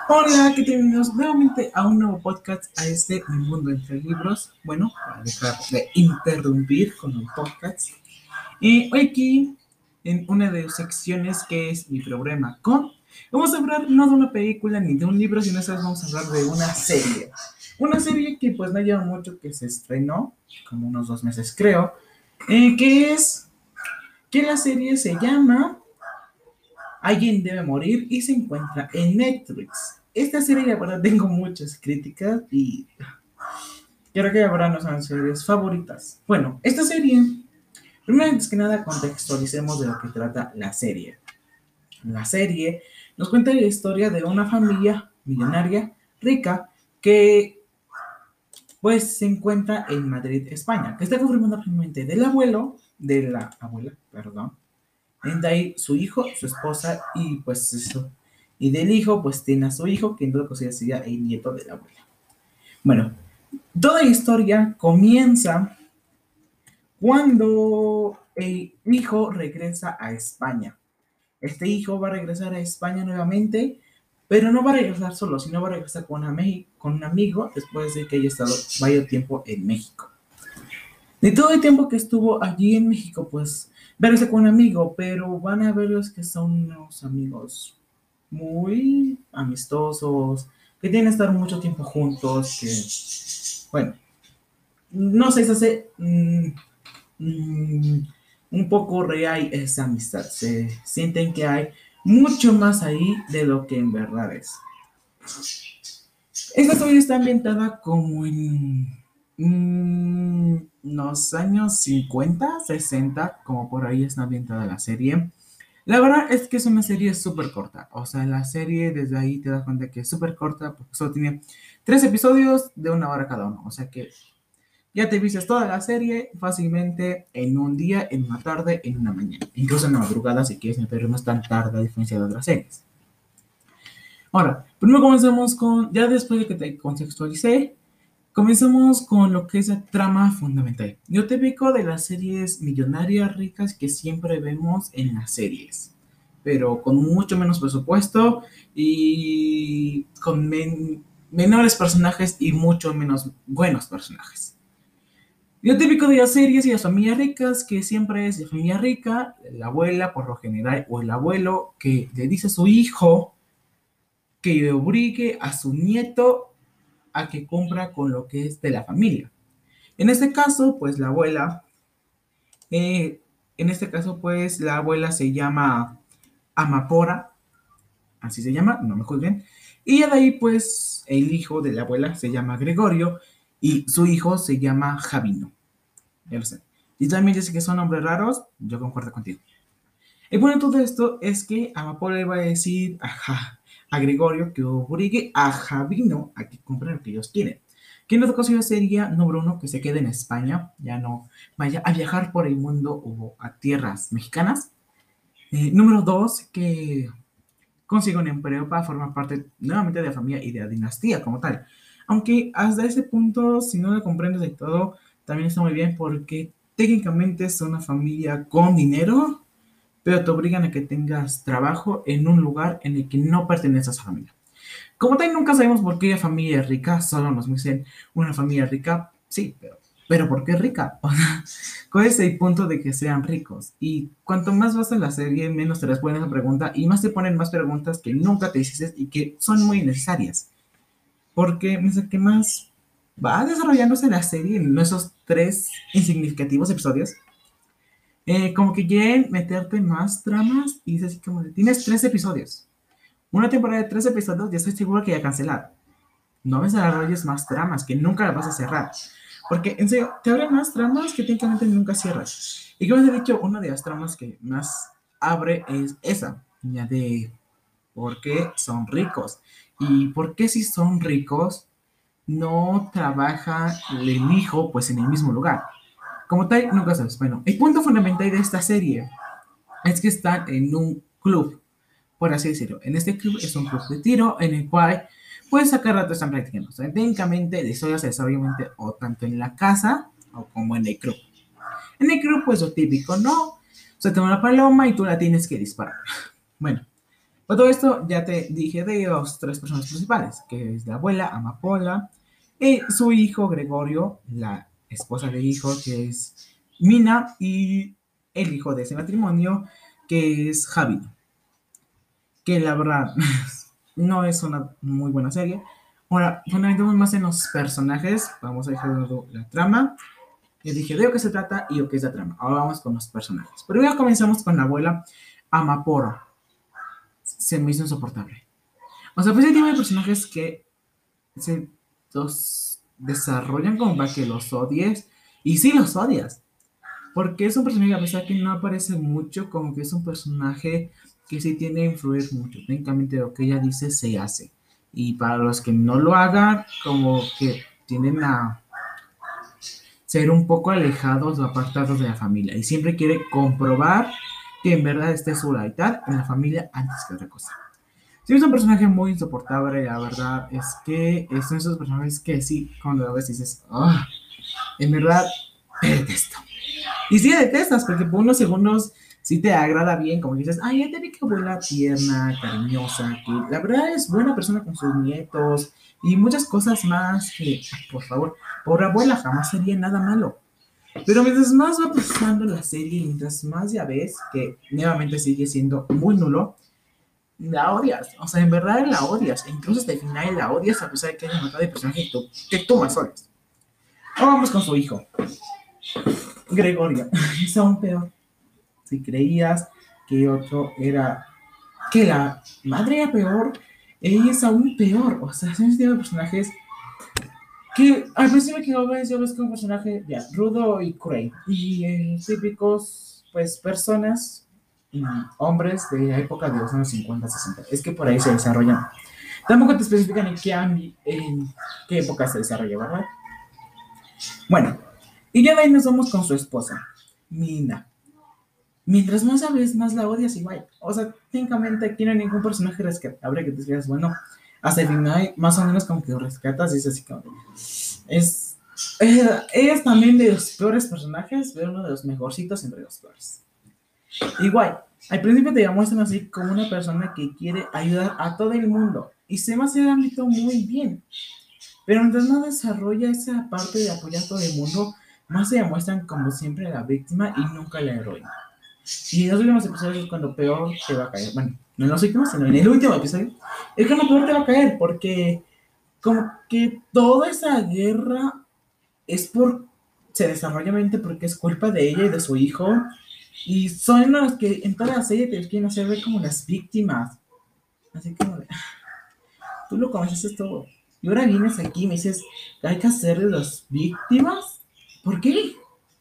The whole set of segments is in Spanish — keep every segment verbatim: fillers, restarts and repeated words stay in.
Hola, ¿qué tal? Bienvenidos nuevamente a un nuevo podcast a este Mi Mundo Entre Libros. Bueno, para dejar de interrumpir con un podcast. Y hoy aquí, en una de las secciones que es mi problema con, vamos a hablar no de una película ni de un libro, sino esta vez vamos a hablar de una serie. Una serie que pues no lleva mucho que se estrenó, como unos dos meses creo, eh, que es, que la serie se llama Alguien debe morir y se encuentra en Netflix. Esta serie, la verdad, tengo muchas críticas y creo que habrá no son series favoritas. Bueno, esta serie, primero antes que nada, contextualicemos de lo que trata la serie. La serie nos cuenta la historia de una familia millonaria, rica, que pues se encuentra en Madrid, España, que está conformada primeramente del abuelo, de la abuela, perdón, de ahí su hijo, su esposa y pues eso. Y del hijo, pues tiene a su hijo, que en todo caso sería el nieto de la abuela. Bueno, toda la historia comienza cuando el hijo regresa a España. Este hijo va a regresar a España nuevamente, pero no va a regresar solo, sino va a regresar con, una con un amigo después de que haya estado varios tiempo en México. De todo el tiempo que estuvo allí en México, pues verse con un amigo, pero van a ver los que son unos amigos muy amistosos, que tienen que estar mucho tiempo juntos, que, bueno, no sé, se hace mm, mm, un poco real esa amistad. Se sienten que hay mucho más ahí de lo que en verdad es. Esta historia está ambientada como en mm, los años cincuenta, sesenta, como por ahí está ambientada la serie. La verdad es que es una serie súper corta. O sea, la serie desde ahí te das cuenta que es súper corta porque solo tiene tres episodios de una hora cada uno. O sea que ya te viste toda la serie fácilmente en un día, en una tarde, en una mañana. Incluso en la madrugada si quieres, pero no es tan tarde a diferencia de otras series. Ahora, primero comenzamos con, ya después de que te contextualicé, comenzamos con lo que es la trama fundamental. Lo típico de las series millonarias ricas que siempre vemos en las series, pero con mucho menos presupuesto y con men menores personajes y mucho menos buenos personajes. Lo típico de las series y las familias ricas, que siempre es de familia rica, la abuela por lo general o el abuelo que le dice a su hijo que le obligue a su nieto a que compra con lo que es de la familia. En este caso, pues la abuela, eh, en este caso, pues la abuela se llama Amapora, así se llama, no me juzguen. Y de ahí, pues, el hijo de la abuela se llama Gregorio y su hijo se llama Javino. Ya lo sé. Y también dice que son nombres raros, yo concuerdo contigo. El bueno de todo esto es que Amapora le va a decir a, a Gregorio que obligue a Javino a que compre lo que ellos quieren. Que en otra ocasión sería, número uno, que se quede en España, ya no vaya a viajar por el mundo o a tierras mexicanas. Eh, número dos, que consiga un empleo para formar parte nuevamente de la familia y de la dinastía como tal. Aunque hasta ese punto, si no lo comprendes de todo, también está muy bien porque técnicamente es una familia con dinero, pero te obligan a que tengas trabajo en un lugar en el que no perteneces a esa familia. Como tal, nunca sabemos por qué la familia es rica, solo nos dicen una familia rica, sí, pero, pero ¿por qué rica? O sea, ¿cuál es el punto de que sean ricos? Y cuanto más vas en la serie, menos te responden esa pregunta y más te ponen más preguntas que nunca te hiciste y que son muy necesarias. Porque mientras que más va desarrollándose la serie en esos tres insignificativos episodios, eh, como que quieren meterte más tramas y dices así como, tienes tres episodios. Una temporada de tres episodios, ya estoy seguro que ya cancelado. No me desarrolles más tramas, que nunca las vas a cerrar. Porque, en serio, te abren más tramas que técnicamente nunca cierras. Y como te he dicho, una de las tramas que más abre es esa, ya de por qué son ricos. Y por qué si son ricos no trabaja el hijo pues en el mismo lugar. Como tal, nunca sabes. Bueno, el punto fundamental de esta serie es que están en un club, por así decirlo. En este club es un club de tiro en el cual pues a cada rato están practicando. O sea, técnicamente la historia se desarrolla obviamente o tanto en la casa o como en el club. En el club pues lo típico, ¿no? O sea, te da una paloma y tú la tienes que disparar. Bueno, Con todo esto ya te dije de los tres personas principales, que es la abuela, Amapola, y su hijo Gregorio, la esposa del hijo, que es Mina, y el hijo de ese matrimonio, que es Javi, que la verdad no es una muy buena serie. Ahora, fundamentemos más en los personajes, vamos a dejar de lado la trama. Les dije de lo que se trata y lo que es la trama. Ahora vamos con los personajes. Primero comenzamos con la abuela Amapora. Se me hizo insoportable. O sea, pues ese tipo de personajes que se los desarrollan como para que los odies. Y sí los odias. Porque es un personaje, a pesar que no aparece mucho, como que es un personaje que sí tiende a influir mucho. Técnicamente lo que ella dice se hace. Y para los que no lo hagan, como que tienden a ser un poco alejados o apartados de la familia. Y siempre quiere comprobar que en verdad esté su lealtad en la familia antes que otra cosa. Sí, es un personaje muy insoportable, la verdad es que son esos personajes que sí, cuando lo ves dices, oh, en verdad, te detesto. Y sí detestas, porque por unos segundos sí te agrada bien, como dices, ay, ya te vi que abuela tierna, cariñosa, que la verdad es buena persona con sus nietos y muchas cosas más que, ay, por favor, por abuela jamás sería nada malo. Pero mientras más va pasando la serie, mientras más ya ves que nuevamente sigue siendo muy nulo, la odias. O sea, en verdad la odias. E incluso hasta el final la odias a pesar de que haya matado de personaje que tú, que tú más odias. Ahora vamos con su hijo, Gregorio. Es aún peor. Si creías que otro era, que la madre era peor, ella es aún peor. O sea, son ese tipo de personajes que al principio que lo ves, yo ves que un personaje ya rudo y cruel. Y eh, típicos, pues, personas, y hombres de la época de los años cincuenta, sesenta. Es que por ahí se desarrollan. Tampoco te especifican en qué, ambi- en qué época se desarrolla, ¿verdad? Bueno, y ya de ahí nos vamos con su esposa, Mina. Mientras más sabes, más la odias igual. O sea, técnicamente aquí no hay ningún personaje rescatable que te digas, bueno, hasta el final más o menos como que lo rescatas y es así como... Es, eh, es también de los peores personajes, pero uno de los mejorcitos entre los peores. Igual, al principio te muestran así como una persona que quiere ayudar a todo el mundo y se me hace el ámbito muy bien. Pero mientras más desarrolla esa parte de apoyar a todo el mundo, más se demuestran como siempre la víctima y nunca la heroína. Y en los últimos episodios es cuando peor te va a caer. Bueno, no en los últimos, sino en el último episodio. Es cuando peor te va a caer, porque como que toda esa guerra es por, se desarrolla mente porque es culpa de ella y de su hijo. Y son los que en toda la serie te quieren hacer ver como las víctimas. Así que, tú lo conoces todo. Y ahora vienes aquí y me dices, hay que hacerle las víctimas. ¿Por qué?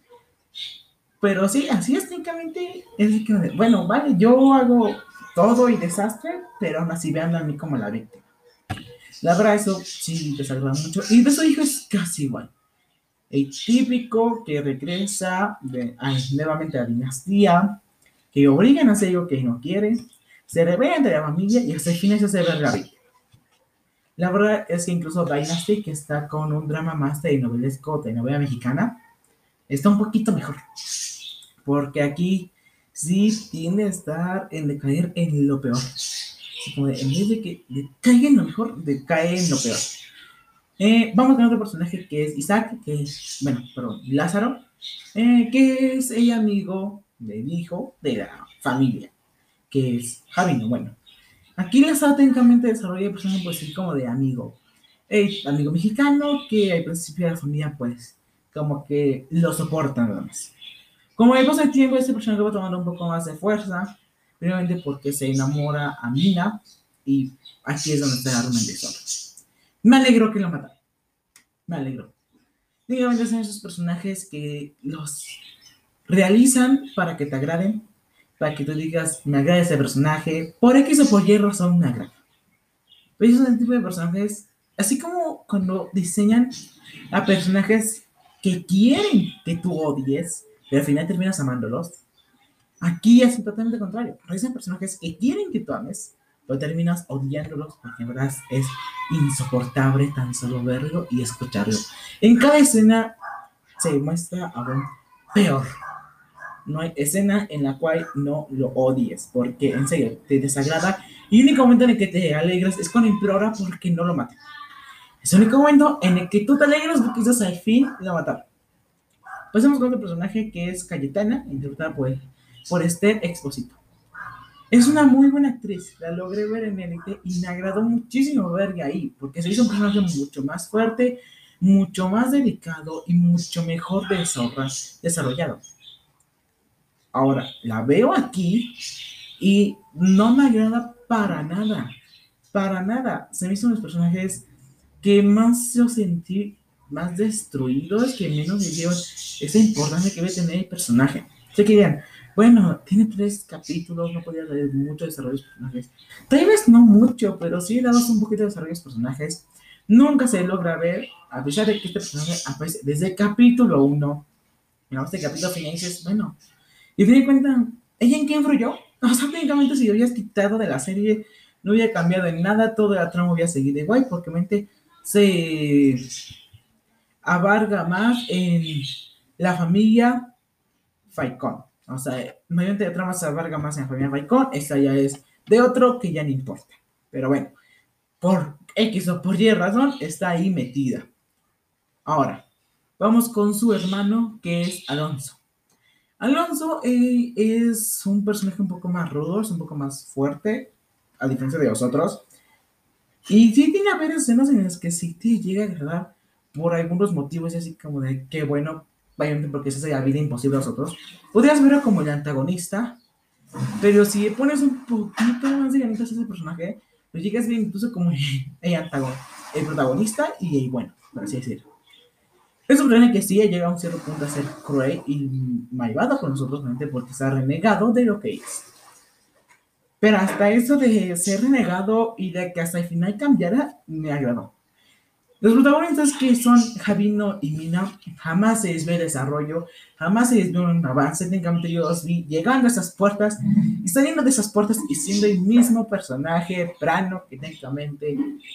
Pero sí, así es técnicamente. Es que, bueno, vale, yo hago todo y desastre, pero aún así vean a mí como la víctima. La verdad, eso sí desagrada mucho. Y de su hijo es casi igual. El típico que regresa de, ay, nuevamente a la dinastía, que obligan a hacer algo que no quiere, se rebelan de la familia y hasta el final se hace ver la víctima. La verdad es que incluso Dynasty, que está con un drama más de novelesco de novela mexicana, está un poquito mejor. Porque aquí sí tiende a estar en decaer en lo peor. Así como de, en vez de que decaiga en lo mejor, decae en lo peor. Eh, vamos con otro personaje que es Isaac, que es, bueno, perdón, Lázaro, eh, que es el amigo del hijo de la familia, que es Javino. Bueno, aquí Lázaro técnicamente desarrolla el personaje pues sí como de amigo. El amigo mexicano que al principio de la familia pues como que lo soporta nada más. Como el paso del tiempo, este personaje va tomando un poco más de fuerza, primeramente porque se enamora a Mina, y aquí es donde está la realmente historia. Me alegro que lo mataron, me alegro. Dígame, son esos personajes que los realizan para que te agraden, para que tú digas, me agrada ese personaje, por X o por Y razón me agrada. Pero esos son el tipo de personajes, así como cuando diseñan a personajes que quieren que tú odies, pero al final terminas amándolos. Aquí es totalmente contrario. Realizan personajes que quieren que tú ames, pero terminas odiándolos porque en verdad es insoportable tan solo verlo y escucharlo. En cada escena se muestra aún peor. no hay escena en la cual no lo odies, porque en serio, te desagrada. Y el único momento en el que te alegras es cuando implora porque no lo mate. Es el único momento en el que tú te alegras porque quizás al fin lo mataron. Pasemos con otro personaje que es Cayetana, interpretada por, por Esther Exposito. Es una muy buena actriz, la logré ver en Elite y me agradó muchísimo verla ahí, porque se hizo un personaje mucho más fuerte, mucho más delicado y mucho mejor desarrollado. Ahora, la veo aquí y no me agrada para nada, para nada. Se me hizo unos personajes que más yo sentí más destruidos, que menos me dieron esa importancia que debe tener el personaje. Sé que dirían, bueno, tiene tres capítulos, no podía dar mucho desarrollo de personajes. Tal vez no mucho, pero sí dabas un poquito de desarrollo de personajes. Nunca se logra ver, a pesar de que este personaje aparece desde el capítulo uno. En este capítulo final dices, bueno, y te di cuenta, ¿ella en qué influyó? O sea, técnicamente si lo hubieras quitado de la serie, no hubiera cambiado en nada, todo la trama hubiera seguido igual, porque mente se abarga más en la familia Faicón. O sea, mayormente la trama se abarga más en la familia Faicón, esta ya es de otro que ya no importa. Pero bueno, por X o por Y razón, está ahí metida. Ahora, vamos con su hermano, que es Alonso. Alonso eh, es un personaje un poco más rudo, es un poco más fuerte, a diferencia de los otros. Y sí tiene a ver escenas en las que sí te llega a agradar por algunos motivos, así como de que bueno, vayan porque se hace la vida imposible a los otros. Podrías verlo como el antagonista, pero si le pones un poquito más de ganitas a ese personaje, lo llegas a ver incluso como el antagonista, el protagonista y el bueno, por así decirlo. Es un personaje que sí llega a un cierto punto a ser cruel y malvado con nosotros, porque está renegado de lo que es. Pero hasta eso de ser renegado y de que hasta el final cambiara, me agradó. Los protagonistas que son Javino y Mina, jamás se les ve desarrollo, jamás se les ve un avance. Técnicamente yo los vi llegando a esas puertas y saliendo de esas puertas y siendo el mismo personaje plano que técnicamente,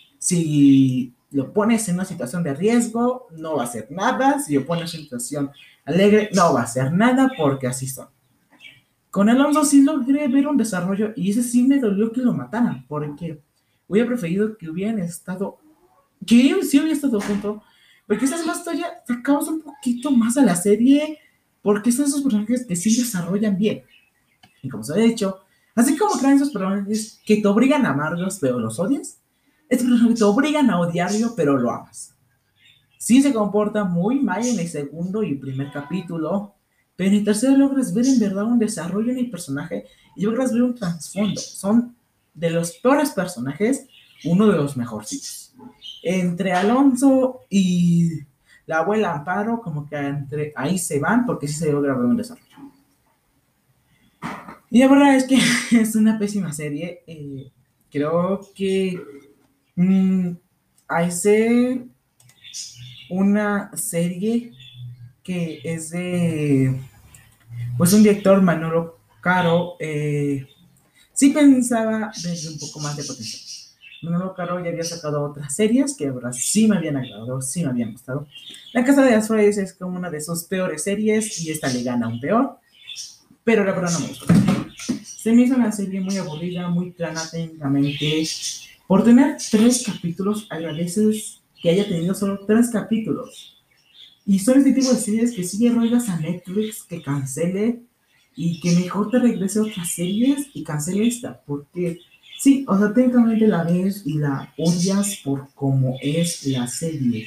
si lo pones en una situación de riesgo, no va a hacer nada. Si lo pones en una situación alegre, no va a hacer nada porque así son. Con Alonso sí logré ver un desarrollo y ese sí me dolió que lo mataran, porque hubiera preferido que hubieran estado, que ellos sí hubieran estado juntos, porque esa es la historia, sacamos un poquito más a la serie, porque son esos personajes que sí desarrollan bien. Y como se ha dicho, así como traen esos personajes que te obligan a amarlos, pero los odias, estos personajes te obligan a odiarlo, pero lo amas. Sí se comporta muy mal en el segundo y primer capítulo, pero en el tercero logras ver en verdad un desarrollo en el personaje y logras ver un trasfondo. Son de los peores personajes, uno de los mejorcitos. Entre Alonso y la abuela Amparo, como que entre ahí se van porque sí se logra ver un desarrollo. Y la verdad es que es una pésima serie. Eh, creo que mmm, hay ser una serie que es de pues un director, Manolo Caro. Eh, sí pensaba desde un poco más de potencial. Manolo Caro ya había sacado otras series que ahora sí me habían agradado, sí me habían gustado. La Casa de las Flores es como una de sus peores series y esta le gana un peor, pero la verdad no me gustó. Se me hizo una serie muy aburrida, muy plana técnicamente. Por tener tres capítulos, agradeces que haya tenido solo tres capítulos. Y son este tipo de series que sigue ruegas a Netflix que cancele y que mejor te regrese a otras series y cancele esta. Porque sí, o sea, técnicamente la ves y la odias por cómo es la serie,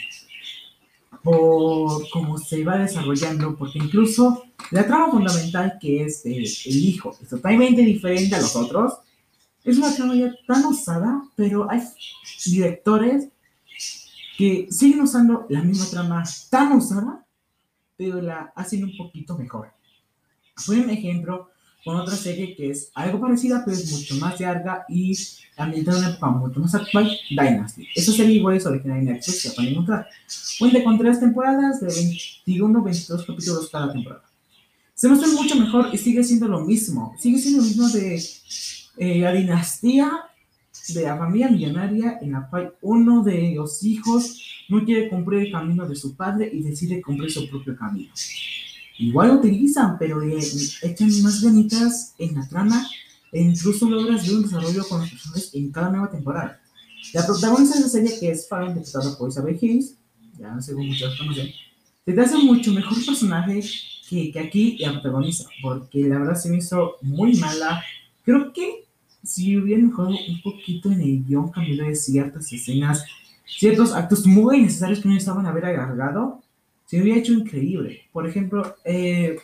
por cómo se va desarrollando, porque incluso la trama fundamental que es el, el hijo es totalmente diferente a los otros. Es una trama ya tan usada, pero hay directores que siguen usando la misma trama tan usada, pero la hacen un poquito mejor. Fue un ejemplo con otra serie que es algo parecida, pero es mucho más larga y ambientada en una época mucho más actual, Dynasty. Esta serie igual es original de Netflix, la pueden encontrar. Cuenta con tres temporadas de veintiuno a veintidós capítulos cada temporada. Se muestra mucho mejor y sigue siendo lo mismo. Sigue siendo lo mismo de eh, la dinastía de la familia millonaria en la cual uno de los hijos no quiere cumplir el camino de su padre y decide cumplir su propio camino. igual lo utilizan, pero le echan más ganitas en la trama e incluso logras ver un desarrollo con los personajes en cada nueva temporada. La protagonista de la serie, que es Farron, interpretada por Isabel Hayes, ya según muchos conocen, se te hace mucho mejor personaje que, que aquí la protagoniza, porque la verdad se me hizo muy mala. Creo que si hubieran mejorado un poquito en el guión, cambiado de ciertas escenas, ciertos actos muy necesarios que no estaban haber alargado, se hubiera hecho increíble. Por ejemplo, eh,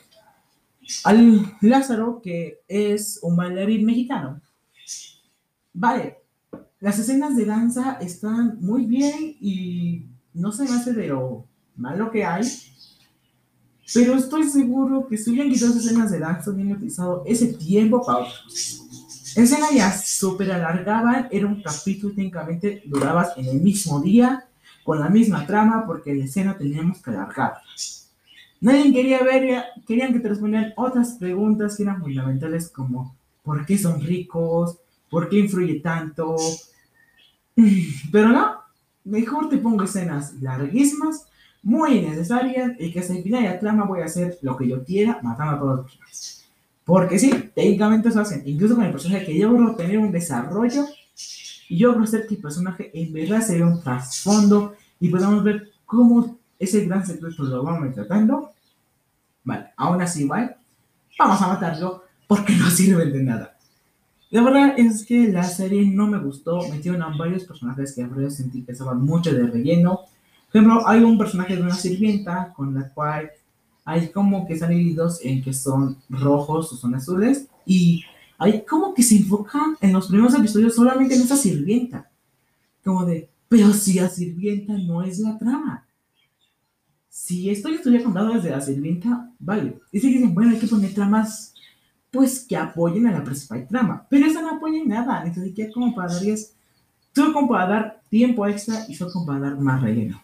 al Lázaro, que es un bailarín mexicano. Vale, las escenas de danza están muy bien y no se me hace de lo malo que hay, pero estoy seguro que si hubieran quitado esas escenas de danza, hubieran utilizado ese tiempo para otras. Escenas ya súper alargaban, era un capítulo técnicamente, durabas en el mismo día, con la misma trama, porque la escena teníamos que alargar. Nadie quería ver, querían que te respondieran otras preguntas que eran fundamentales como ¿por qué son ricos? ¿Por qué influye tanto? Pero no, mejor te pongo escenas larguísimas, muy necesarias, y que hasta el final de la trama voy a hacer lo que yo quiera, matando a todos los personajes. Porque sí, técnicamente eso hacen, incluso con el personaje que yo logro tener un desarrollo, y yo logro hacer que el personaje en verdad se vea un trasfondo, y podamos ver cómo ese gran secreto lo vamos tratando. Vale, aún así igual, vamos a matarlo, porque no sirve de nada. La verdad es que la serie no me gustó. Metieron a varios personajes que a verdad sentí que estaban mucho de relleno. Por ejemplo, hay un personaje de una sirvienta con la cual hay como que están divididos en que son rojos o son azules. Y hay como que se enfocan en los primeros episodios solamente en esa sirvienta. Como de, pero si la sirvienta no es la trama. Si esto ya estuviera contado desde la sirvienta, vale. Y si dicen, bueno, hay que poner tramas pues que apoyen a la principal trama. Pero eso no apoya en nada, ni siquiera como para darles, solo como para dar tiempo extra y solo como para dar más relleno.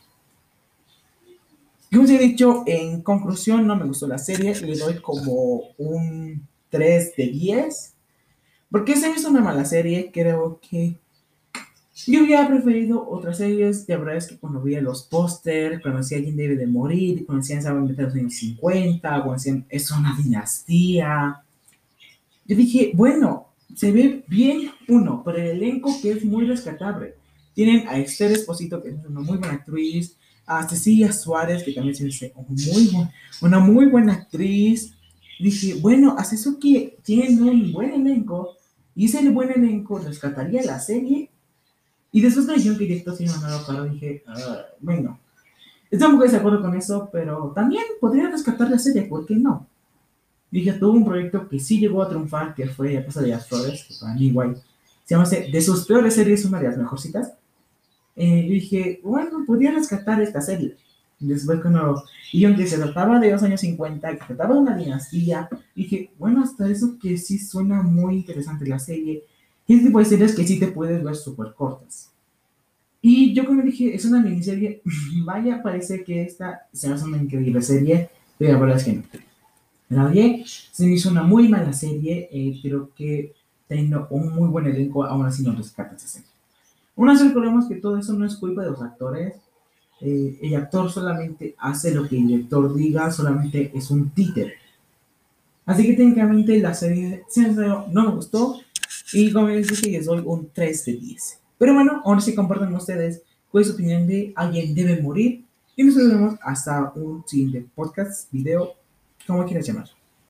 Como os he dicho, en conclusión, no me gustó la serie, le doy como un tres de diez, porque se me hizo una mala serie. Creo que yo hubiera preferido otras series. La verdad es que cuando veía los pósters, cuando decía alguien debe de morir, cuando decían se van a meter los años cincuenta, cuando decían es una dinastía, yo dije, bueno, se ve bien uno, por el elenco que es muy rescatable. Tienen a Esther Esposito, que es una muy buena actriz, a Cecilia Suárez, que también se dice muy bu- una muy buena actriz. Dije, bueno, hace eso que tienen un buen elenco, y ese buen elenco rescataría la serie. Y después me dijeron que directo se iba a Manolo Caro, dije, ah, bueno, estoy un poco de acuerdo con eso, pero también podría rescatar la serie, ¿por qué no? Dije, tuvo un proyecto que sí llegó a triunfar, que fue La Casa de las Flores, que para mí igual se llama de sus peores series, una de las mejorcitas. Eh, yo dije, bueno, podría rescatar esta serie. Después cuando, y aunque se trataba de los años cincuenta, que trataba de una dinastía, dije, bueno, hasta eso que sí suena muy interesante la serie. Y ese tipo de series que sí te puedes ver súper cortas. Y yo como dije, es una miniserie, vaya, parece que esta se hace una increíble serie, pero la verdad es que no. La odié, se me hizo una muy mala serie, eh, creo que teniendo un muy buen elenco, aún así no rescata esa serie. Aún así recordemos que todo eso no es culpa de los actores, eh, el actor solamente hace lo que el director diga, solamente es un títere. Así que técnicamente la serie, sincero, no me gustó, y como les dije, les doy un tres de diez. Pero bueno, ahora sí compartan ustedes cuál es su opinión de alguien debe morir, y nos vemos hasta un siguiente podcast, video, como quieras llamar.